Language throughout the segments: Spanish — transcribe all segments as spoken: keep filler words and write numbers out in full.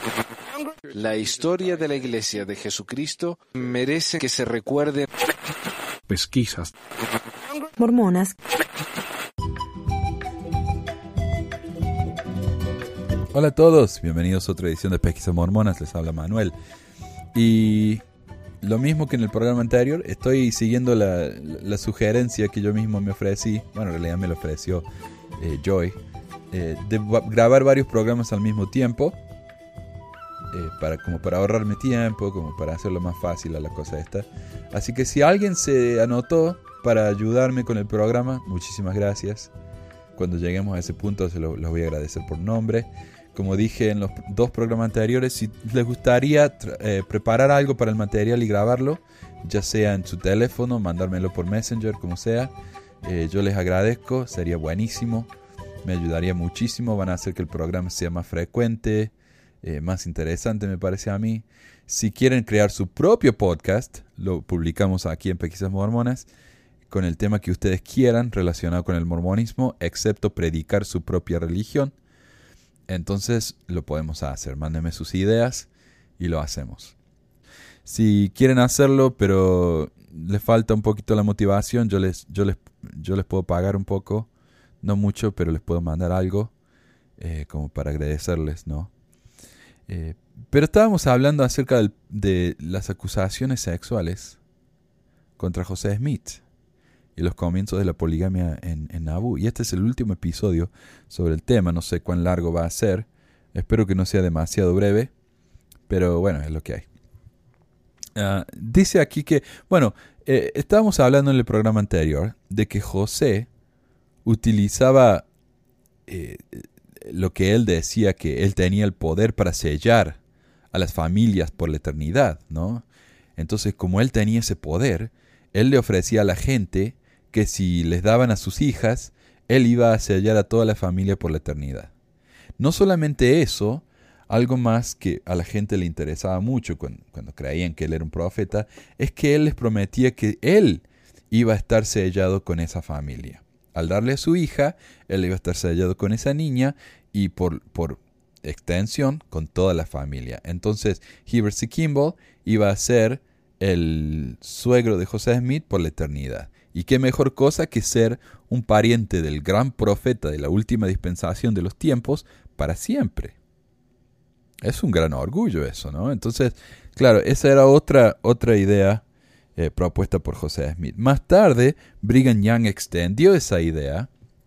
La historia de la Iglesia de Jesucristo merece que se recuerde. Pesquisas. Mormonas. Hola a todos, bienvenidos a otra edición de Pesquisas Mormonas, les habla Manuel. Y lo mismo que en el programa anterior, estoy siguiendo la, la sugerencia que yo mismo me ofrecí, bueno, en realidad me lo ofreció eh, Joy, eh, de grabar varios programas al mismo tiempo, eh, para, como para ahorrarme tiempo, como para hacerlo más fácil a la cosa esta. Así que si alguien se anotó para ayudarme con el programa, muchísimas gracias. Cuando lleguemos a ese punto se lo, los voy a agradecer por nombre. Como dije en los dos programas anteriores, si les gustaría eh, preparar algo para el material y grabarlo, ya sea en su teléfono, mandármelo por Messenger, como sea, eh, yo les agradezco, sería buenísimo, me ayudaría muchísimo, van a hacer que el programa sea más frecuente, eh, más interesante me parece a mí. Si quieren crear su propio podcast, lo publicamos aquí en Pesquisas Mormonas, con el tema que ustedes quieran relacionado con el mormonismo, excepto predicar su propia religión. Entonces lo podemos hacer. Mándenme sus ideas y lo hacemos. Si quieren hacerlo, pero les falta un poquito la motivación, yo les, yo les, yo les puedo pagar un poco. No mucho, pero les puedo mandar algo eh, como para agradecerles, ¿no? Eh, pero estábamos hablando acerca del, de las acusaciones sexuales contra José Smith y los comienzos de la poligamia en, en Nauvoo. Y este es el último episodio sobre el tema. No sé cuán largo va a ser. Espero que no sea demasiado breve. Pero bueno, es lo que hay. Uh, dice aquí que, bueno, eh, estábamos hablando en el programa anterior de que José utilizaba eh, lo que él decía, que él tenía el poder para sellar a las familias por la eternidad, ¿no? Entonces, como él tenía ese poder, él le ofrecía a la gente que si les daban a sus hijas, él iba a sellar a toda la familia por la eternidad. No solamente eso, algo más que a la gente le interesaba mucho cuando, cuando creían que él era un profeta, es que él les prometía que él iba a estar sellado con esa familia. Al darle a su hija, él iba a estar sellado con esa niña y por, por extensión con toda la familia. Entonces, Heber C. Kimball iba a ser el suegro de José Smith por la eternidad. Y qué mejor cosa que ser un pariente del gran profeta de la última dispensación de los tiempos para siempre. Es un gran orgullo eso, ¿no? Entonces, claro, esa era otra, otra idea eh, propuesta por José Smith. Más tarde, Brigham Young extendió esa idea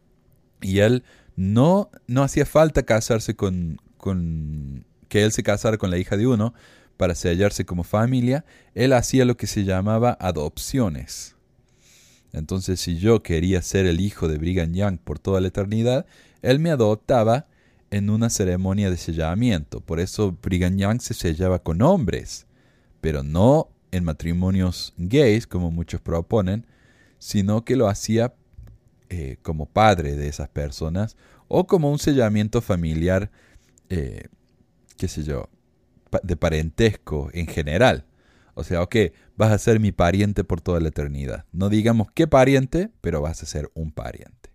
y él no, no hacía falta casarse con, con, que él se casara con la hija de uno para sellarse como familia. Él hacía lo que se llamaba adopciones. Entonces, si yo quería ser el hijo de Brigham Young por toda la eternidad, él me adoptaba en una ceremonia de sellamiento. Por eso Brigham Young se sellaba con hombres, pero no en matrimonios gays, como muchos proponen, sino que lo hacía eh, como padre de esas personas o como un sellamiento familiar, eh, qué sé yo, de parentesco en general. O sea, ok, vas a ser mi pariente por toda la eternidad. No digamos qué pariente, pero vas a ser un pariente.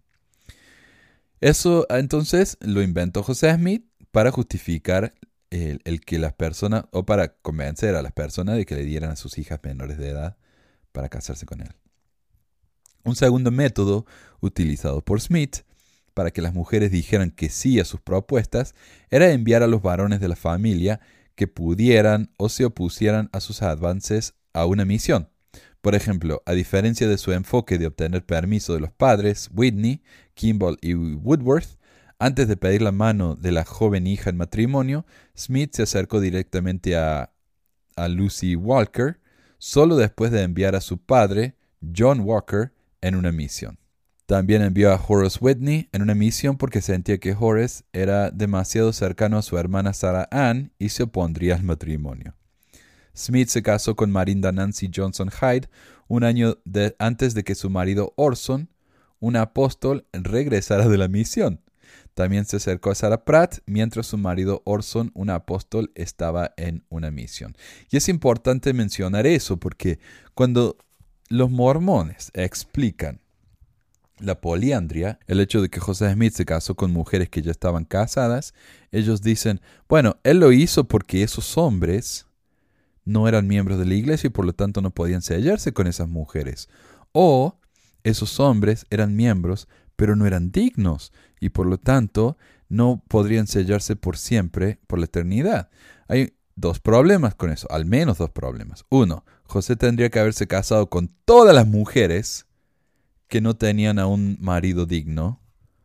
Eso entonces lo inventó José Smith para justificar el, el que las personas, o para convencer a las personas de que le dieran a sus hijas menores de edad para casarse con él. Un segundo método utilizado por Smith para que las mujeres dijeran que sí a sus propuestas era enviar a los varones de la familia que pudieran o se opusieran a sus avances a una misión. Por ejemplo, a diferencia de su enfoque de obtener permiso de los padres, Whitney, Kimball y Woodworth, antes de pedir la mano de la joven hija en matrimonio, Smith se acercó directamente a, a Lucy Walker, solo después de enviar a su padre, John Walker, en una misión. También envió a Horace Whitney en una misión porque sentía que Horace era demasiado cercano a su hermana Sarah Ann y se opondría al matrimonio. Smith se casó con Marinda Nancy Johnson Hyde un año de, antes de que su marido Orson, un apóstol, regresara de la misión. También se acercó a Sarah Pratt mientras su marido Orson, un apóstol, estaba en una misión. Y es importante mencionar eso porque cuando los mormones explican la poliandria, el hecho de que José Smith se casó con mujeres que ya estaban casadas, ellos dicen, bueno, él lo hizo porque esos hombres no eran miembros de la iglesia y por lo tanto no podían sellarse con esas mujeres. O esos hombres eran miembros, pero no eran dignos y por lo tanto no podrían sellarse por siempre, por la eternidad. Hay dos problemas con eso, al menos dos problemas. Uno, José tendría que haberse casado con todas las mujeres que no tenían a un marido digno.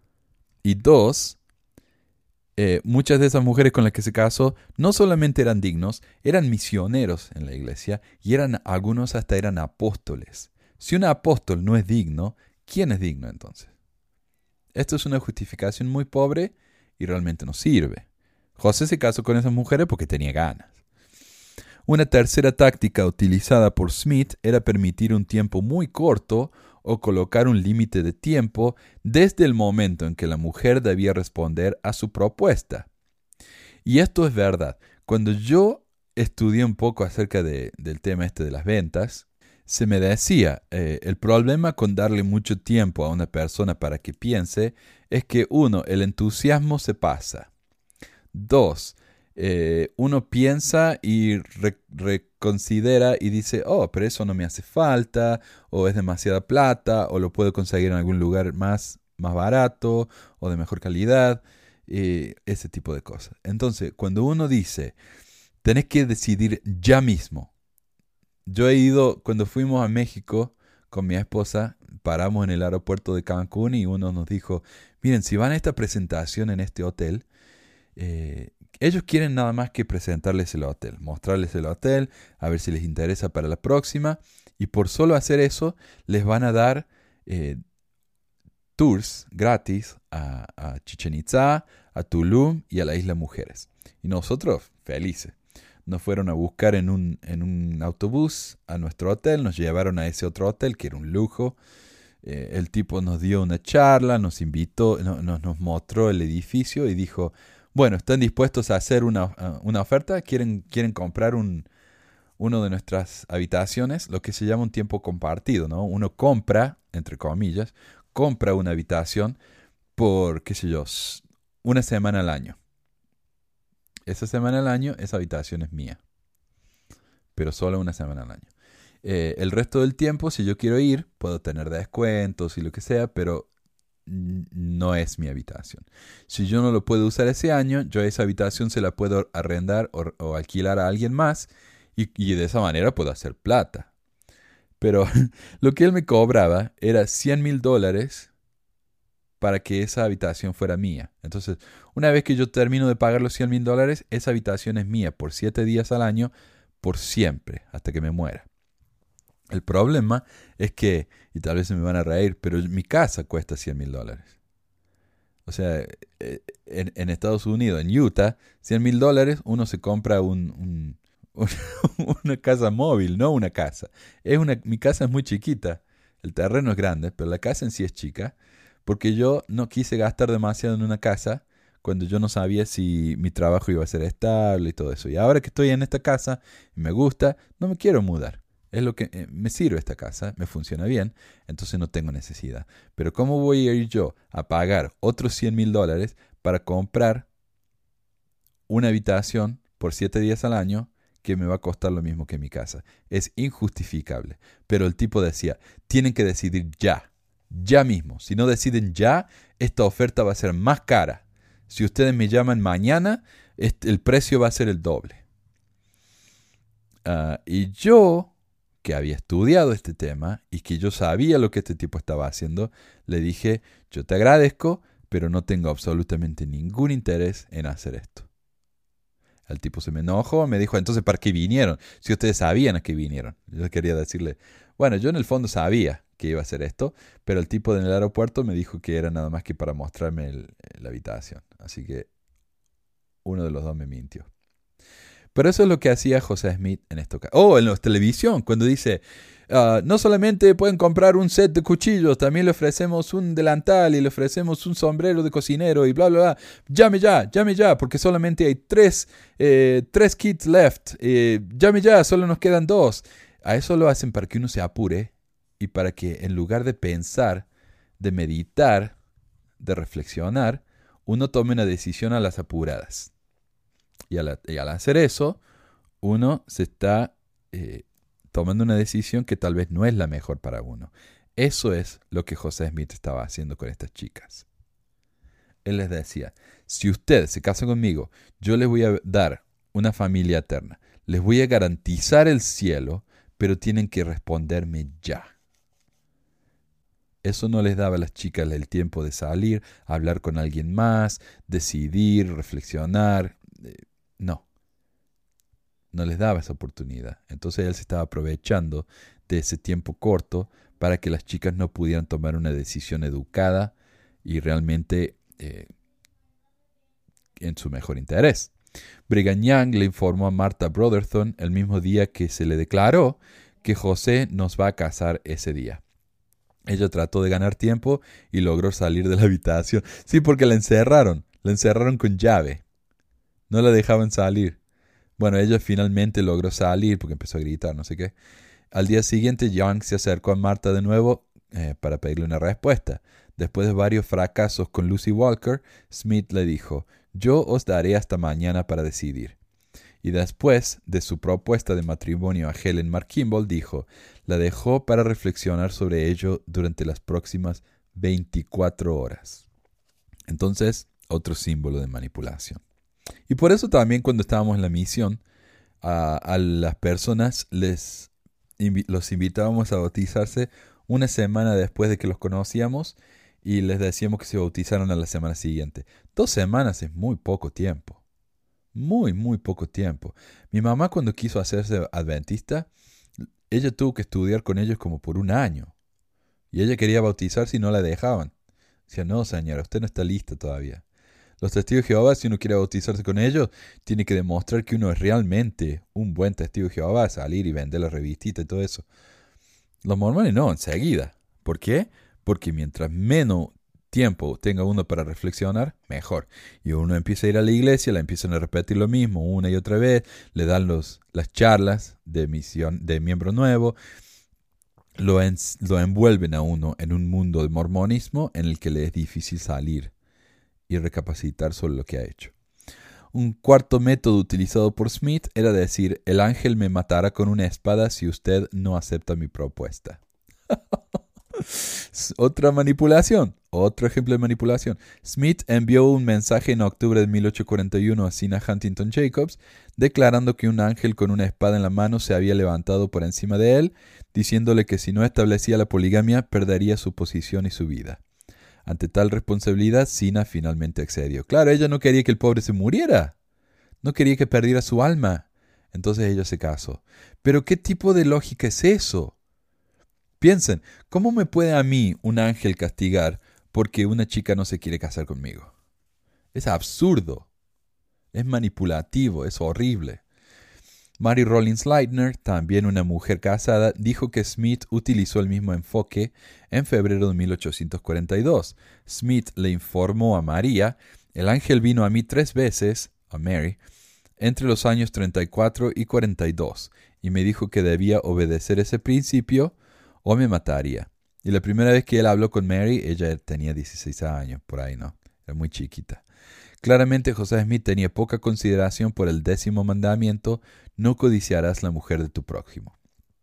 Y dos, eh, muchas de esas mujeres con las que se casó no solamente eran dignos, eran misioneros en la iglesia y eran, algunos hasta eran apóstoles. Si un apóstol no es digno, ¿quién es digno entonces? Esto es una justificación muy pobre y realmente no sirve. José se casó con esas mujeres porque tenía ganas. Una tercera táctica utilizada por Smith era permitir un tiempo muy corto o colocar un límite de tiempo desde el momento en que la mujer debía responder a su propuesta. Y esto es verdad. Cuando yo estudié un poco acerca de, del tema este de las ventas, se me decía, eh, el problema con darle mucho tiempo a una persona para que piense es que, uno, el entusiasmo se pasa. Dos, eh, uno piensa y re- reconsidera y dice, oh, pero eso no me hace falta, o es demasiada plata, o lo puedo conseguir en algún lugar más, más barato, o de mejor calidad, eh, ese tipo de cosas. Entonces, cuando uno dice, tenés que decidir ya mismo. Yo he ido, cuando fuimos a México con mi esposa, paramos en el aeropuerto de Cancún y uno nos dijo, miren, si van a esta presentación en este hotel, eh, ellos quieren nada más que presentarles el hotel, mostrarles el hotel, a ver si les interesa para la próxima, y por solo hacer eso, les van a dar eh, tours gratis a, a Chichén Itzá, a Tulum y a la Isla Mujeres. Y nosotros, felices. Nos fueron a buscar en un, en un autobús a nuestro hotel, nos llevaron a ese otro hotel que era un lujo. Eh, el tipo nos dio una charla, nos invitó, no, nos, nos mostró el edificio y dijo, bueno, ¿están dispuestos a hacer una, una oferta? ¿Quieren, quieren comprar un, uno de nuestras habitaciones? Lo que se llama un tiempo compartido, ¿no? Uno compra, entre comillas, compra una habitación por, qué sé yo, una semana al año. Esa semana al año, esa habitación es mía. Pero solo una semana al año. Eh, el resto del tiempo, si yo quiero ir, puedo tener descuentos y lo que sea, pero no es mi habitación. Si yo no lo puedo usar ese año, yo esa habitación se la puedo arrendar o, o alquilar a alguien más y, y de esa manera puedo hacer plata. Pero lo que él me cobraba era cien mil dólares para que esa habitación fuera mía. Entonces, una vez que yo termino de pagar los cien mil dólares, esa habitación es mía por siete días al año, por siempre, hasta que me muera. El problema es que, y tal vez se me van a reír, pero mi casa cuesta cien mil dólares. O sea, en, en Estados Unidos, en Utah, cien mil dólares, uno se compra un, un, un, una casa móvil, no una casa. Es una, mi casa es muy chiquita, el terreno es grande, pero la casa en sí es chica. Porque yo no quise gastar demasiado en una casa cuando yo no sabía si mi trabajo iba a ser estable y todo eso. Y ahora que estoy en esta casa y me gusta, no me quiero mudar. Es lo que eh, me sirve esta casa, me funciona bien, entonces no tengo necesidad. Pero ¿cómo voy a ir yo a pagar otros cien mil dólares para comprar una habitación por siete días al año que me va a costar lo mismo que mi casa? Es injustificable. Pero el tipo decía, tienen que decidir ya. Ya mismo. Si no deciden ya, esta oferta va a ser más cara. Si ustedes me llaman mañana, este, el precio va a ser el doble. Uh, y yo, que había estudiado este tema y que yo sabía lo que este tipo estaba haciendo, le dije, yo te agradezco, pero no tengo absolutamente ningún interés en hacer esto. El tipo se me enojó, me dijo, entonces, ¿para qué vinieron? Si ustedes sabían a qué vinieron. Yo quería decirle, bueno, yo en el fondo sabía que iba a hacer esto, pero el tipo en el aeropuerto me dijo que era nada más que para mostrarme el, la habitación. Así que uno de los dos me mintió. Pero eso es lo que hacía José Smith en esto. Oh, en la televisión, cuando dice, uh, no solamente pueden comprar un set de cuchillos, también le ofrecemos un delantal y le ofrecemos un sombrero de cocinero y bla, bla, bla. Llame ya, llame ya, porque solamente hay tres, eh, tres kits left. Eh, llame ya, solo nos quedan dos. A eso lo hacen para que uno se apure y para que en lugar de pensar de meditar, de reflexionar, uno tome una decisión a las apuradas. Y al, y al hacer eso, uno se está eh, tomando una decisión que tal vez no es la mejor para uno. Eso es lo que José Smith estaba haciendo con estas chicas. Él les decía, si ustedes se casan conmigo, yo les voy a dar una familia eterna. Les voy a garantizar el cielo, pero tienen que responderme ya. Eso no les daba a las chicas el tiempo de salir, hablar con alguien más, decidir, reflexionar. No. No les daba esa oportunidad. Entonces él se estaba aprovechando de ese tiempo corto para que las chicas no pudieran tomar una decisión educada y realmente eh, en su mejor interés. Brigham Young le informó a Martha Brotherton el mismo día que se le declaró que José nos va a casar ese día. Ella trató de ganar tiempo y logró salir de la habitación. Sí, porque la encerraron. La encerraron con llave. No la dejaban salir. Bueno, ella finalmente logró salir porque empezó a gritar, no sé qué. Al día siguiente, Young se acercó a Martha de nuevo eh, para pedirle una respuesta. Después de varios fracasos con Lucy Walker, Smith le dijo, yo os daré hasta mañana para decidir. Y después de su propuesta de matrimonio a Helen Mar Kimball, dijo, la dejó para reflexionar sobre ello durante las próximas veinticuatro horas. Entonces, otro símbolo de manipulación. Y por eso también cuando estábamos en la misión, a, a las personas les invi- los invitábamos a bautizarse una semana después de que los conocíamos y les decíamos que se bautizaron a la semana siguiente. Dos semanas es muy poco tiempo. Muy, muy poco tiempo. Mi mamá cuando quiso hacerse adventista, ella tuvo que estudiar con ellos como por un año. Y ella quería bautizarse y no la dejaban. Decía, no señora, usted no está lista todavía. Los testigos de Jehová, si uno quiere bautizarse con ellos, tiene que demostrar que uno es realmente un buen testigo de Jehová, salir y vender la revistita y todo eso. Los mormones no, enseguida. ¿Por qué? Porque mientras menos tiempo tenga uno para reflexionar, mejor. Y uno empieza a ir a la iglesia, le empiezan a repetir lo mismo una y otra vez, le dan los, las charlas de misión de miembro nuevo, lo, en, lo envuelven a uno en un mundo de mormonismo en el que le es difícil salir y recapacitar sobre lo que ha hecho. Un cuarto método utilizado por Smith era decir, el ángel me matará con una espada si usted no acepta mi propuesta. Otra manipulación, otro ejemplo de manipulación. Smith envió un mensaje en octubre de mil ochocientos cuarenta y uno a Zina Huntington Jacobs, declarando que un ángel con una espada en la mano se había levantado por encima de él, diciéndole que si no establecía la poligamia, perdería su posición y su vida. Ante tal responsabilidad, Zina finalmente accedió. Claro, ella no quería que el pobre se muriera. No quería que perdiera su alma. Entonces ella se casó. Pero ¿qué tipo de lógica es eso? Piensen, ¿cómo me puede a mí un ángel castigar porque una chica no se quiere casar conmigo? Es absurdo. Es manipulativo, es horrible. Mary Rollins Leitner, también una mujer casada, dijo que Smith utilizó el mismo enfoque en febrero de mil ochocientos cuarenta y dos. Smith le informó a María, el ángel vino a mí tres veces, a Mary, entre los años treinta y cuatro y cuarenta y dos, y me dijo que debía obedecer ese principio o me mataría. Y la primera vez que él habló con Mary, ella tenía dieciséis años, por ahí, ¿no? Era muy chiquita. Claramente José Smith tenía poca consideración por el décimo mandamiento, no codiciarás la mujer de tu prójimo.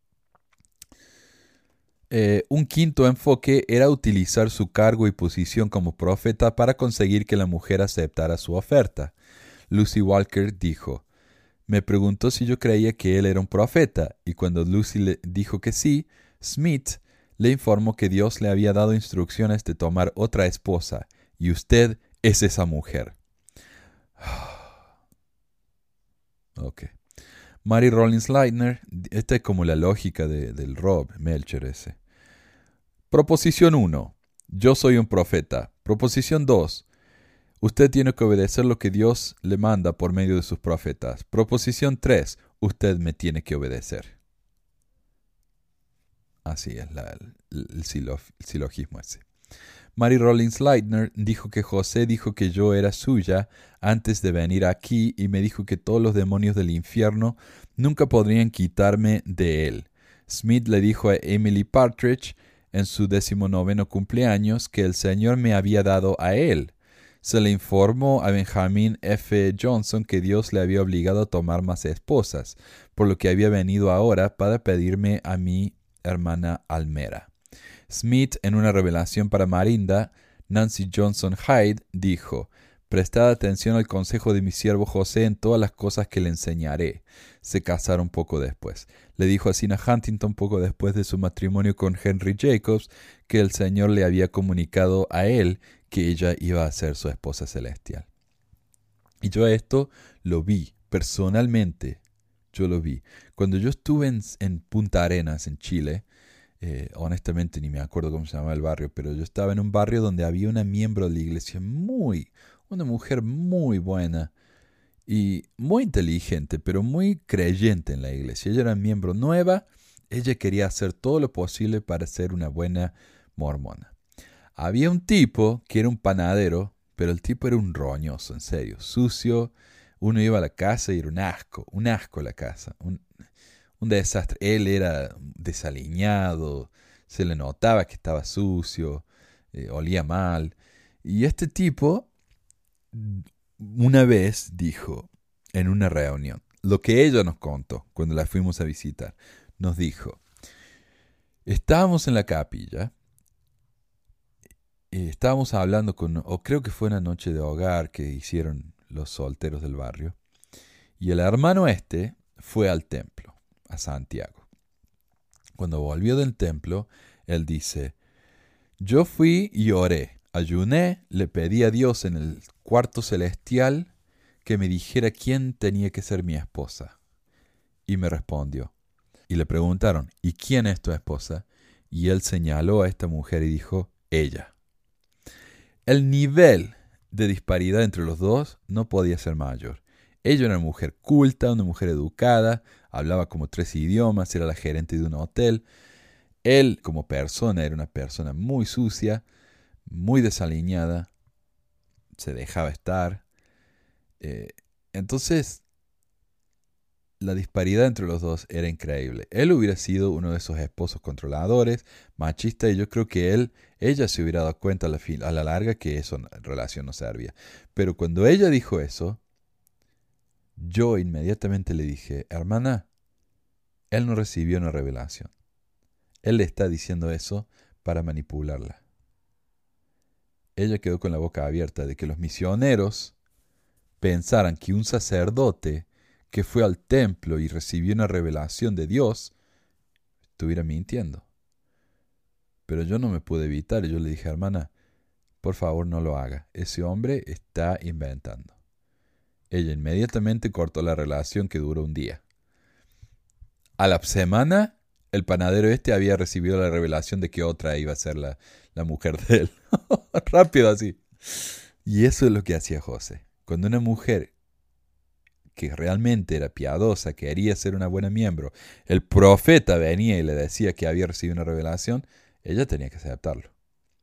Eh, un quinto enfoque era utilizar su cargo y posición como profeta para conseguir que la mujer aceptara su oferta. Lucy Walker dijo, me preguntó si yo creía que él era un profeta, y cuando Lucy le dijo que sí, Smith le informó que Dios le había dado instrucciones de tomar otra esposa, y usted es esa mujer. Ok. Mary Rollins Leitner, esta es como la lógica de, del Rob Melcher ese. Proposición uno. Yo soy un profeta. Proposición dos. Usted tiene que obedecer lo que Dios le manda por medio de sus profetas. Proposición tres. Usted me tiene que obedecer. Así es la, el, el, silo, el silogismo ese. Mary Rollins Leitner dijo que José dijo que yo era suya antes de venir aquí y me dijo que todos los demonios del infierno nunca podrían quitarme de él. Smith le dijo a Emily Partridge, en su decimonoveno cumpleaños que el Señor me había dado a él. Se le informó a Benjamin F. Johnson que Dios le había obligado a tomar más esposas, por lo que había venido ahora para pedirme a mi hermana Almera. Smith, en una revelación para Marinda, Nancy Johnson Hyde, dijo: «Prestad atención al consejo de mi siervo José en todas las cosas que le enseñaré». Se casaron poco después. Le dijo a Zina Huntington poco después de su matrimonio con Henry Jacobs que el Señor le había comunicado a él que ella iba a ser su esposa celestial. Y yo esto lo vi, personalmente, yo lo vi. Cuando yo estuve en, en Punta Arenas, en Chile, eh, honestamente ni me acuerdo cómo se llamaba el barrio, pero yo estaba en un barrio donde había una miembro de la iglesia muy, una mujer muy buena y muy inteligente, pero muy creyente en la iglesia. Ella era miembro nueva, ella quería hacer todo lo posible para ser una buena mormona. Había un tipo que era un panadero, pero el tipo era un roñoso, en serio, sucio. Uno iba a la casa y era un asco, un asco la casa, un, un desastre. Él era desaliñado, se le notaba que estaba sucio, eh, olía mal. Y este tipo una vez dijo en una reunión, lo que ella nos contó cuando la fuimos a visitar, nos dijo: estábamos en la capilla, y estábamos hablando con, o creo que fue una noche de hogar que hicieron los solteros del barrio, y el hermano este fue al templo, a Santiago. Cuando volvió del templo, él dice: yo fui y oré, ayuné, le pedí a Dios en el cuarto celestial que me dijera quién tenía que ser mi esposa. Y me respondió. Y le preguntaron: ¿y quién es tu esposa? Y él señaló a esta mujer y dijo: ella. El nivel de disparidad entre los dos no podía ser mayor. Ella era una mujer culta, una mujer educada, hablaba como tres idiomas, era la gerente de un hotel. Él, como persona, era una persona muy sucia, muy desaliñada, se dejaba estar. Eh, entonces, la disparidad entre los dos era increíble. Él hubiera sido uno de esos esposos controladores, machistas, y yo creo que él, ella se hubiera dado cuenta a la, fin, a la larga que eso en relación no servía. Pero cuando ella dijo eso, yo inmediatamente le dije: hermana, él no recibió una revelación. Él le está diciendo eso para manipularla. Ella quedó con la boca abierta de que los misioneros pensaran que un sacerdote que fue al templo y recibió una revelación de Dios estuviera mintiendo. Pero yo no me pude evitar y yo le dije: hermana, por favor no lo haga. Ese hombre está inventando. Ella inmediatamente cortó la relación, que duró un día. A la semana, el panadero este había recibido la revelación de que otra iba a ser la, la mujer de él. Rápido así. Y eso es lo que hacía José. Cuando una mujer que realmente era piadosa, quería ser una buena miembro, el profeta venía y le decía que había recibido una revelación, ella tenía que aceptarlo.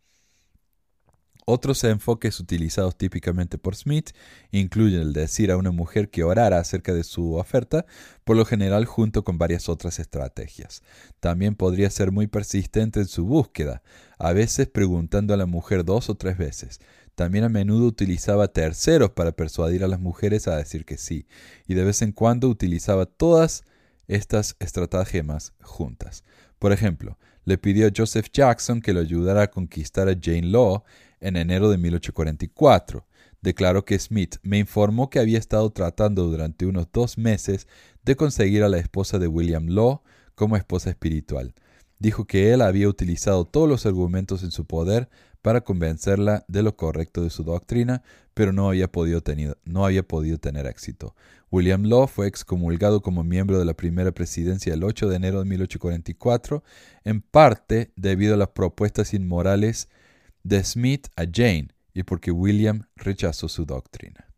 Otros enfoques utilizados típicamente por Smith incluyen el decir a una mujer que orara acerca de su oferta, por lo general junto con varias otras estrategias. También podría ser muy persistente en su búsqueda, a veces preguntando a la mujer dos o tres veces. También a menudo utilizaba terceros para persuadir a las mujeres a decir que sí, y de vez en cuando utilizaba todas estas estratagemas juntas. Por ejemplo, le pidió a Joseph Jackson que lo ayudara a conquistar a Jane Law en enero de mil ochocientos cuarenta y cuatro. Declaró que Smith me informó que había estado tratando durante unos dos meses de conseguir a la esposa de William Law como esposa espiritual. Dijo que él había utilizado todos los argumentos en su poder para convencerla de lo correcto de su doctrina, pero no había podido, tenido, no había podido tener éxito. William Law fue excomulgado como miembro de la primera presidencia el ocho de enero de mil ochocientos cuarenta y cuatro, en parte debido a las propuestas inmorales de Smith a Jane y porque William rechazó su doctrina.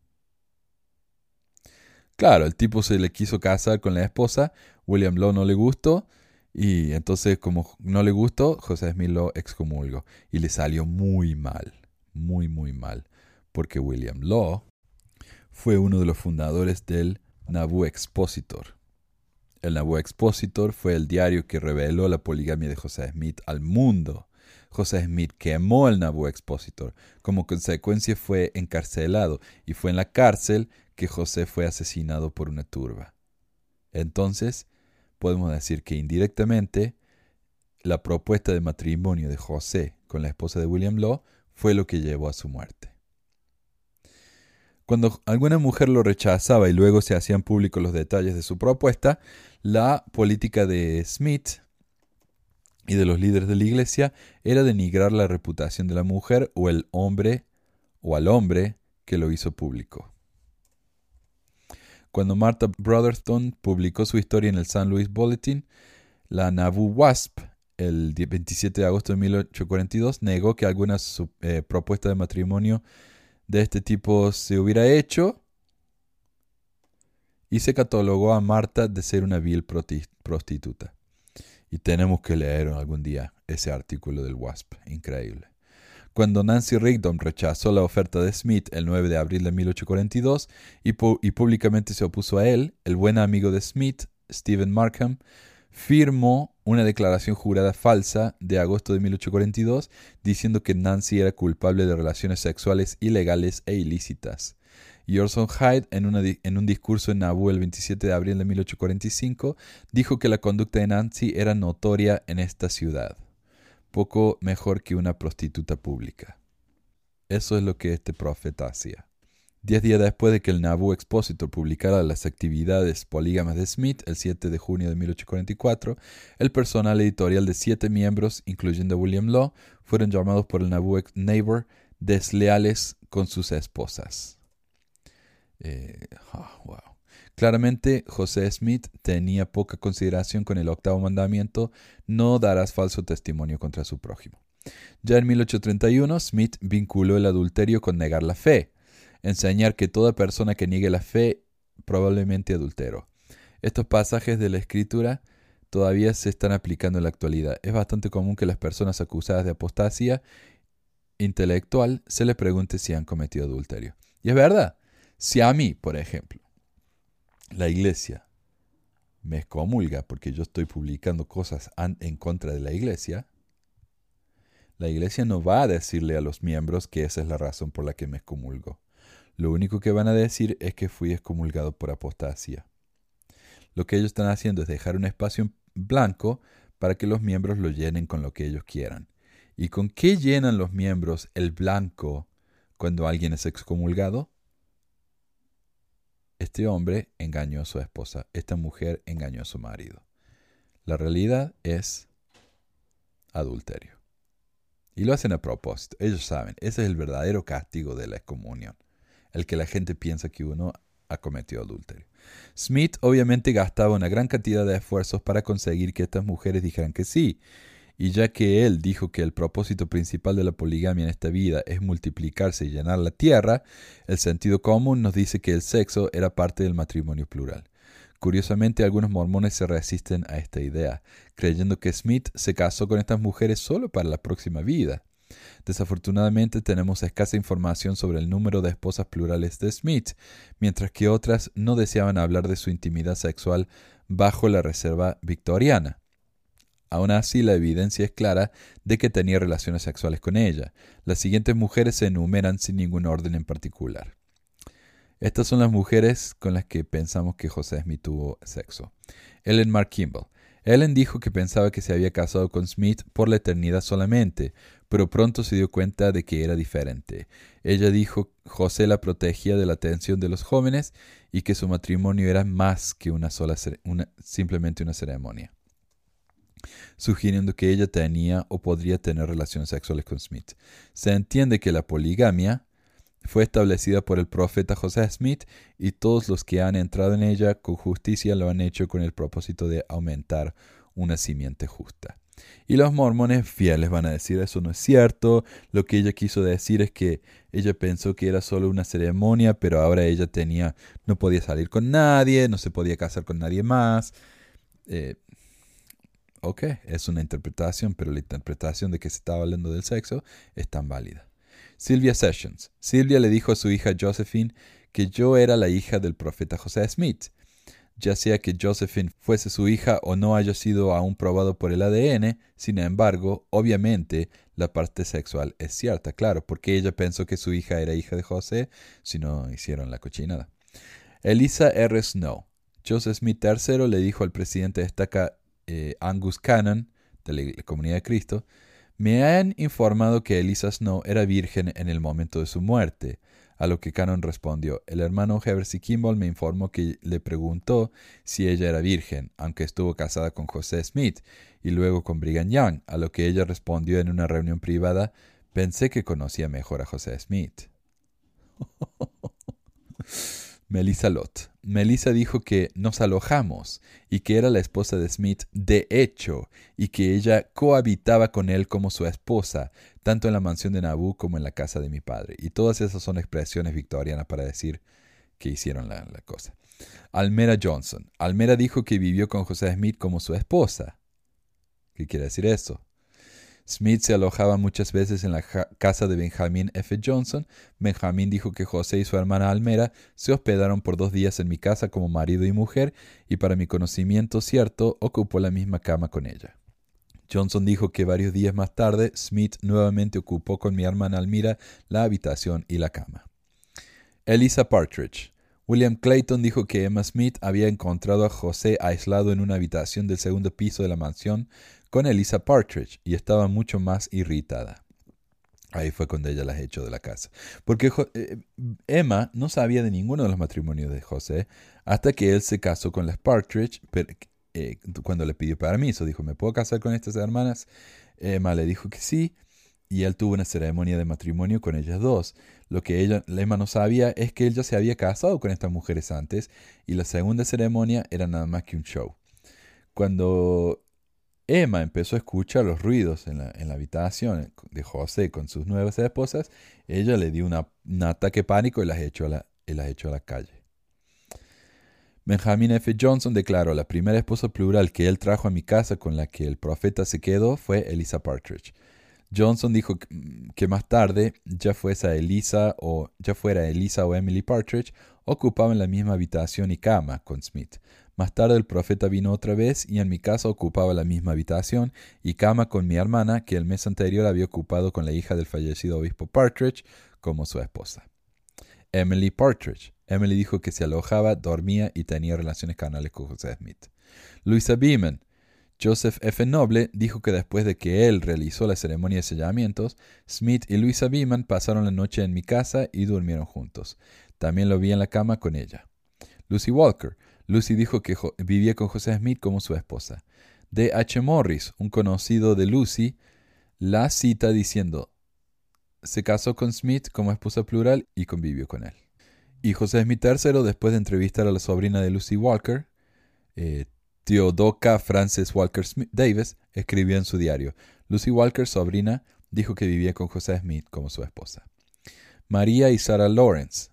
Claro, el tipo se le quiso casar con la esposa, William Law no le gustó, y entonces como no le gustó, José Smith lo excomulgó. Y le salió muy mal, muy muy mal, porque William Law fue uno de los fundadores del Nauvoo Expositor. El Nauvoo Expositor fue el diario que reveló la poligamia de José Smith al mundo. José Smith quemó el Nauvoo Expositor. Como consecuencia fue encarcelado y fue en la cárcel que José fue asesinado por una turba. Entonces, podemos decir que indirectamente la propuesta de matrimonio de José con la esposa de William Law fue lo que llevó a su muerte. Cuando alguna mujer lo rechazaba y luego se hacían públicos los detalles de su propuesta, la política de Smith y de los líderes de la iglesia era denigrar la reputación de la mujer o el hombre o al hombre que lo hizo público. Cuando Martha Brotherton publicó su historia en el Saint Louis Bulletin, la Nauvoo Wasp, el veintisiete de agosto de mil ochocientos cuarenta y dos, negó que alguna eh, propuesta de matrimonio de este tipo se hubiera hecho y se catalogó a Marta de ser una vil prostituta. Y tenemos que leer algún día ese artículo del Wasp, increíble. Cuando Nancy Rigdon rechazó la oferta de Smith el nueve de abril de mil ochocientos cuarenta y dos y, pu- y públicamente se opuso a él, el buen amigo de Smith, Stephen Markham, firmó una declaración jurada falsa de agosto de mil ochocientos cuarenta y dos diciendo que Nancy era culpable de relaciones sexuales ilegales e ilícitas. Y Orson Hyde, en, una, en un discurso en Nauvoo el veintisiete de abril de mil ochocientos cuarenta y cinco, dijo que la conducta de Nancy era notoria en esta ciudad, poco mejor que una prostituta pública. Eso es lo que este profeta hacía. Diez días después de que el Nauvoo Expositor publicara las actividades polígamas de Smith, el siete de junio de mil ochocientos cuarenta y cuatro, el personal editorial de siete miembros, incluyendo a William Law, fueron llamados por el Nauvoo Neighbor desleales con sus esposas. Eh, oh, wow. Claramente, José Smith tenía poca consideración con el octavo mandamiento: no darás falso testimonio contra su prójimo. Ya en mil ochocientos treinta y uno, Smith vinculó el adulterio con negar la fe. Enseñar que toda persona que niegue la fe probablemente adulteró. Estos pasajes de la Escritura todavía se están aplicando en la actualidad. Es bastante común que las personas acusadas de apostasía intelectual se les pregunte si han cometido adulterio. Y es verdad. Si a mí, por ejemplo, la iglesia me excomulga porque yo estoy publicando cosas en contra de la iglesia, la iglesia no va a decirle a los miembros que esa es la razón por la que me excomulgo. Lo único que van a decir es que fui excomulgado por apostasía. Lo que ellos están haciendo es dejar un espacio blanco para que los miembros lo llenen con lo que ellos quieran. ¿Y con qué llenan los miembros el blanco cuando alguien es excomulgado? Este hombre engañó a su esposa, esta mujer engañó a su marido. La realidad es adulterio. Y lo hacen a propósito. Ellos saben, ese es el verdadero castigo de la excomunión. El que la gente piensa que uno ha cometido adulterio. Smith obviamente gastaba una gran cantidad de esfuerzos para conseguir que estas mujeres dijeran que sí. Y ya que él dijo que el propósito principal de la poligamia en esta vida es multiplicarse y llenar la tierra, el sentido común nos dice que el sexo era parte del matrimonio plural. Curiosamente, algunos mormones se resisten a esta idea, creyendo que Smith se casó con estas mujeres solo para la próxima vida. Desafortunadamente, tenemos escasa información sobre el número de esposas plurales de Smith, mientras que otras no deseaban hablar de su intimidad sexual bajo la reserva victoriana. Aún así, la evidencia es clara de que tenía relaciones sexuales con ella. Las siguientes mujeres se enumeran sin ningún orden en particular. Estas son las mujeres con las que pensamos que José Smith tuvo sexo. Ellen Mar Kimball. Ellen dijo que pensaba que se había casado con Smith por la eternidad solamente, pero pronto se dio cuenta de que era diferente. Ella dijo que José la protegía de la atención de los jóvenes y que su matrimonio era más que una sola, una, simplemente una ceremonia, sugiriendo que ella tenía o podría tener relaciones sexuales con Smith. Se entiende que la poligamia fue establecida por el profeta José Smith y todos los que han entrado en ella con justicia lo han hecho con el propósito de aumentar una simiente justa. Y los mormones fieles van a decir eso no es cierto, lo que ella quiso decir es que ella pensó que era solo una ceremonia, pero ahora ella tenía, no podía salir con nadie, no se podía casar con nadie más. Eh, ok, es una interpretación, pero la interpretación de que se estaba hablando del sexo es tan válida. Sylvia Sessions. Sylvia le dijo a su hija Josephine que yo era la hija del profeta José Smith. ya sea que Josephine fuese su hija o no haya sido aún probado por el A D N. Sin embargo, obviamente, la parte sexual es cierta, claro, porque ella pensó que su hija era hija de José, si no hicieron la cochinada. Eliza R. Snow. Joseph Smith tercero le dijo al presidente de estaca eh, Angus Cannon, de la, la Comunidad de Cristo: me han informado que Eliza Snow era virgen en el momento de su muerte. A lo que Cannon respondió: el hermano Heversey Kimball me informó que le preguntó si ella era virgen, aunque estuvo casada con José Smith y luego con Brigham Young, a lo que ella respondió en una reunión privada: pensé que conocía mejor a José Smith. Melissa Lott. Melissa dijo que nos alojamos y que era la esposa de Smith de hecho y que ella cohabitaba con él como su esposa, tanto en la mansión de Nabú como en la casa de mi padre. Y todas esas son expresiones victorianas para decir que hicieron la, la cosa. Almera Johnson. Almera dijo que vivió con José Smith como su esposa. ¿Qué quiere decir eso? Smith se alojaba muchas veces en la casa de Benjamin F. Johnson. Benjamin dijo que José y su hermana Almera se hospedaron por dos días en mi casa como marido y mujer, y para mi conocimiento cierto, ocupó la misma cama con ella. Johnson dijo que varios días más tarde, Smith nuevamente ocupó con mi hermana Almira la habitación y la cama. Eliza Partridge. William Clayton dijo que Emma Smith había encontrado a José aislado en una habitación del segundo piso de la mansión con Eliza Partridge y estaba mucho más irritada. Ahí fue cuando ella las echó de la casa. Porque eh, Emma no sabía de ninguno de los matrimonios de José hasta que él se casó con las Partridge, pero, eh, cuando le pidió permiso. Dijo: ¿me puedo casar con estas hermanas? Emma le dijo que sí, y él tuvo una ceremonia de matrimonio con ellas dos. Lo que ella, Emma no sabía es que él ya se había casado con estas mujeres antes, y la segunda ceremonia era nada más que un show. Cuando Emma empezó a escuchar los ruidos en la, en la habitación de José con sus nuevas esposas, ella le dio una, un ataque de pánico y las echó a la, y las echó a la calle. Benjamin F. Johnson declaró: la primera esposa plural que él trajo a mi casa con la que el profeta se quedó fue Eliza Partridge. Johnson dijo que más tarde, ya fuese Eliza o ya fuera Eliza o Emily Partridge, ocupaban la misma habitación y cama con Smith. Más tarde el profeta vino otra vez y en mi casa ocupaba la misma habitación y cama con mi hermana, que el mes anterior había ocupado con la hija del fallecido obispo Partridge como su esposa. Emily Partridge. Emily dijo que se alojaba, dormía y tenía relaciones carnales con José Smith. Louisa Beeman. Joseph F. Noble dijo que después de que él realizó la ceremonia de sellamientos, Smith y Louisa Beeman pasaron la noche en mi casa y durmieron juntos. También lo vi en la cama con ella. Lucy Walker. Lucy dijo que vivía con José Smith como su esposa. D. H. Morris, un conocido de Lucy, la cita diciendo: se casó con Smith como esposa plural y convivió con él. Y José Smith tercero, después de entrevistar a la sobrina de Lucy Walker, eh, Theodoka Frances Walker Smith Davis, escribió en su diario: Lucy Walker, sobrina, dijo que vivía con José Smith como su esposa. María y Sarah Lawrence.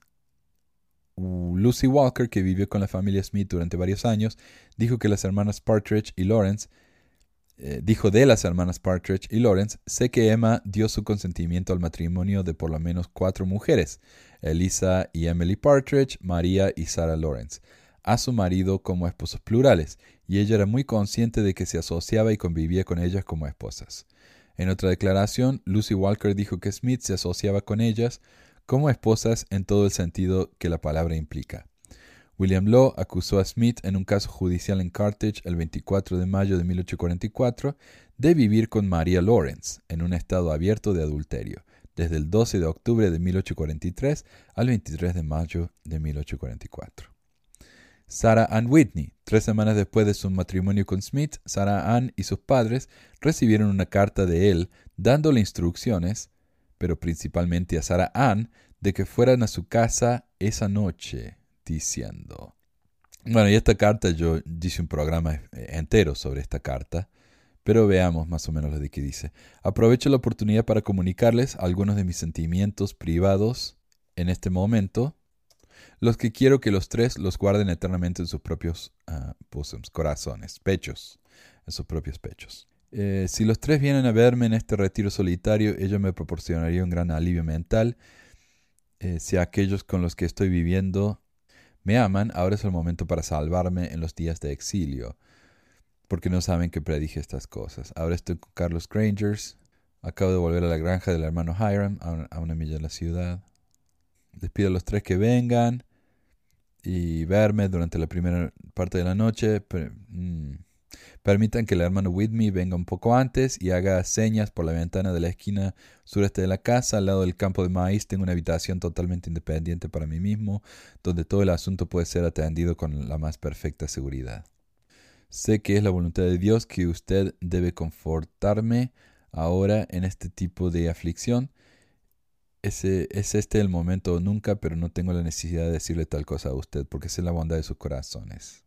Lucy Walker, que vivió con la familia Smith durante varios años, dijo que las hermanas Partridge y Lawrence, eh, dijo de las hermanas Partridge y Lawrence, sé que Emma dio su consentimiento al matrimonio de por lo menos cuatro mujeres, Eliza y Emily Partridge, María y Sarah Lawrence, a su marido como esposos plurales, y ella era muy consciente de que se asociaba y convivía con ellas como esposas. En otra declaración, Lucy Walker dijo que Smith se asociaba con ellas como esposas en todo el sentido que la palabra implica. William Law acusó a Smith en un caso judicial en Carthage el veinticuatro de mayo de mil ochocientos cuarenta y cuatro de vivir con María Lawrence en un estado abierto de adulterio, desde el doce de octubre de mil ochocientos cuarenta y tres al veintitrés de mayo de mil ochocientos cuarenta y cuatro. Sarah Ann Whitney. Tres semanas después de su matrimonio con Smith, Sarah Ann y sus padres recibieron una carta de él dándole instrucciones, pero principalmente a Sarah Ann, de que fueran a su casa esa noche, diciendo... Bueno, y esta carta, yo hice un programa entero sobre esta carta, pero veamos más o menos lo de que dice. Aprovecho la oportunidad para comunicarles algunos de mis sentimientos privados en este momento, los que quiero que los tres los guarden eternamente en sus propios uh, bosoms, corazones, pechos, en sus propios pechos. Eh, si los tres vienen a verme en este retiro solitario, ello me proporcionaría un gran alivio mental. Eh, si aquellos con los que estoy viviendo Me aman, ahora es el momento para salvarme en los días de exilio, porque no saben que predije estas cosas. Ahora estoy con Carlos Grangers. Acabo de volver a la granja del hermano Hiram, a una, a una milla de la ciudad. Les pido a los tres que vengan y verme durante la primera parte de la noche. Per, mm, permitan que el hermano Whitney venga un poco antes y haga señas por la ventana de la esquina sureste de la casa. Al lado del campo de maíz tengo una habitación totalmente independiente para mí mismo, donde todo el asunto puede ser atendido con la más perfecta seguridad. Sé que es la voluntad de Dios que usted debe confortarme ahora en este tipo de aflicción. Ese, es este el momento o nunca, pero no tengo la necesidad de decirle tal cosa a usted, porque sé la bondad de sus corazones.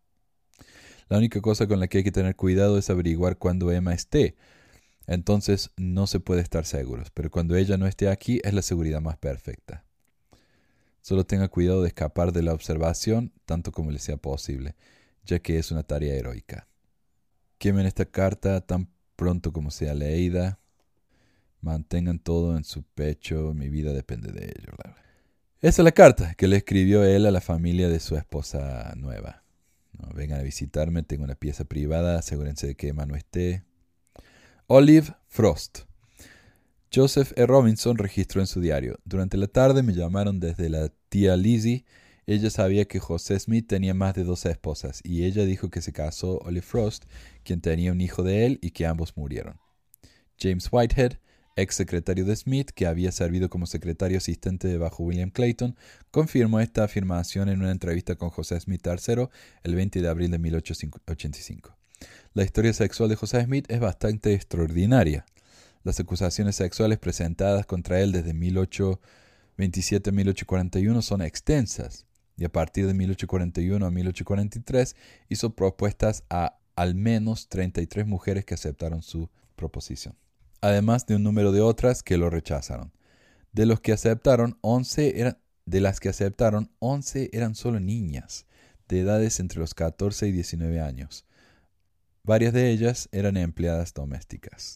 La única cosa con la que hay que tener cuidado es averiguar cuándo Emma esté. Entonces no se puede estar seguros, pero cuando ella no esté aquí es la seguridad más perfecta. Solo tenga cuidado de escapar de la observación tanto como le sea posible, ya que es una tarea heroica. Quemen esta carta tan pronto como sea leída. Mantengan todo en su pecho, mi vida depende de ello. Esa es la carta que le escribió él a la familia de su esposa nueva. No, vengan a visitarme, tengo una pieza privada, asegúrense de que Emma no esté. Olive Frost. Joseph E. Robinson registró en su diario: durante la tarde me llamaron desde la tía Lizzie. Ella sabía que José Smith tenía más de doce esposas, y ella dijo que se casó Olive Frost, quien tenía un hijo de él, y que ambos murieron. James Whitehead, ex secretario de Smith, que había servido como secretario asistente bajo William Clayton, confirmó esta afirmación en una entrevista con José Smith tercero el veinte de abril de mil ochocientos ochenta y cinco. La historia sexual de José Smith es bastante extraordinaria. Las acusaciones sexuales presentadas contra él desde mil ochocientos veintisiete a mil ochocientos cuarenta y uno son extensas, y a partir de mil ochocientos cuarenta y uno a mil ochocientos cuarenta y tres hizo propuestas a al menos treinta y tres mujeres que aceptaron su proposición, además de un número de otras que lo rechazaron. De los que aceptaron, once eran, de las que aceptaron, once eran solo niñas, de edades entre los catorce y diecinueve años. Varias de ellas eran empleadas domésticas.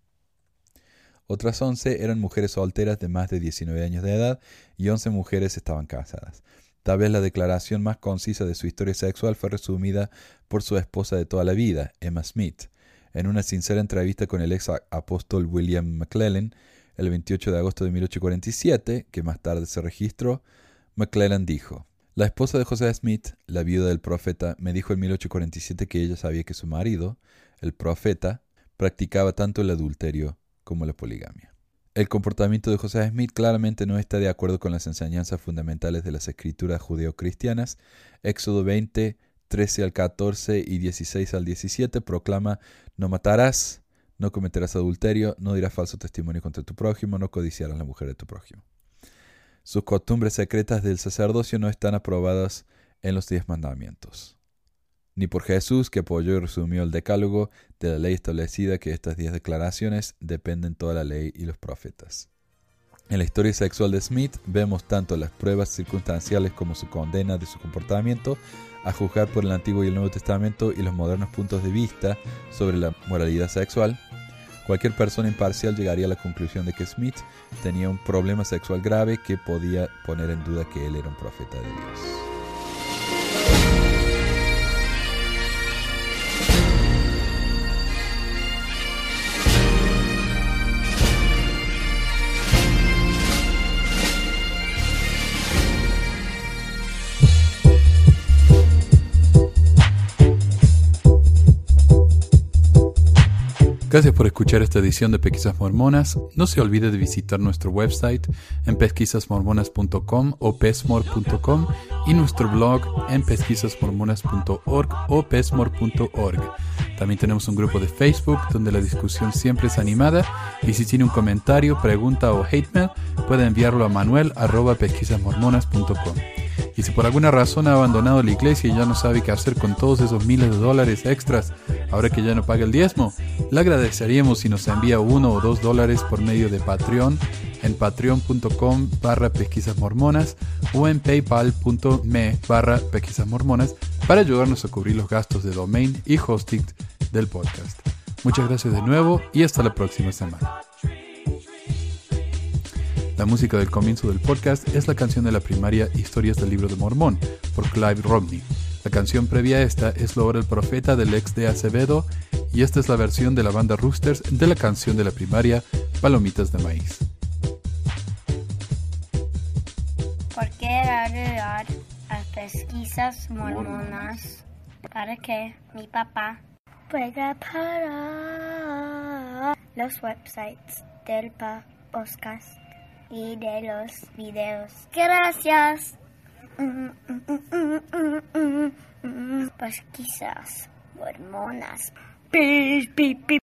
Otras once eran mujeres solteras de más de diecinueve años de edad y once mujeres estaban casadas. Tal vez la declaración más concisa de su historia sexual fue resumida por su esposa de toda la vida, Emma Smith. En una sincera entrevista con el ex apóstol William McClellan, el veintiocho de agosto de mil ochocientos cuarenta y siete, que más tarde se registró, McClellan dijo: la esposa de José Smith, la viuda del profeta, me dijo en mil ochocientos cuarenta y siete que ella sabía que su marido, el profeta, practicaba tanto el adulterio como la poligamia. El comportamiento de José Smith claramente no está de acuerdo con las enseñanzas fundamentales de las escrituras judeocristianas. Éxodo veinte, trece al catorce y dieciséis al diecisiete proclama: no matarás, no cometerás adulterio, no dirás falso testimonio contra tu prójimo, no codiciarás la mujer de tu prójimo. Sus costumbres secretas del sacerdocio no están aprobadas en los diez mandamientos, ni por Jesús, que apoyó y resumió el decálogo de la ley establecida que estas diez declaraciones dependen toda la ley y los profetas. En la historia sexual de Smith vemos tanto las pruebas circunstanciales como su condena de su comportamiento, a juzgar por el Antiguo y el Nuevo Testamento y los modernos puntos de vista sobre la moralidad sexual. Cualquier persona imparcial llegaría a la conclusión de que Smith tenía un problema sexual grave que podía poner en duda que él era un profeta de Dios. Gracias por escuchar esta edición de Pesquisas Mormonas. No se olvide de visitar nuestro website en pesquisas mormonas punto com o pesmor punto com y nuestro blog en pesquisas mormonas punto org o pesmor punto org. También tenemos un grupo de Facebook donde la discusión siempre es animada, y si tiene un comentario, pregunta o hate mail, puede enviarlo a manuel arroba pesquisas mormonas punto com. Y si por alguna razón ha abandonado la iglesia y ya no sabe qué hacer con todos esos miles de dólares extras ahora que ya no paga el diezmo, le agradeceríamos si nos envía uno o dos dólares por medio de Patreon en patreon punto com barra pesquisas mormonas o en paypal punto me barra pesquisas mormonas para ayudarnos a cubrir los gastos de domain y hosting del podcast. Muchas gracias de nuevo y hasta la próxima semana. La música del comienzo del podcast es la canción de la primaria Historias del Libro de Mormón, por Clive Romney. La canción previa a esta es Lo ora el profeta del ex de Acevedo, y esta es la versión de la banda Roosters de la canción de la primaria Palomitas de Maíz. ¿Por qué ayudar a pesquisas mormonas? Para que mi papá pueda parar los websites del podcast y de los videos. Gracias. Pesquisas mormonas. Pi, pi, pi.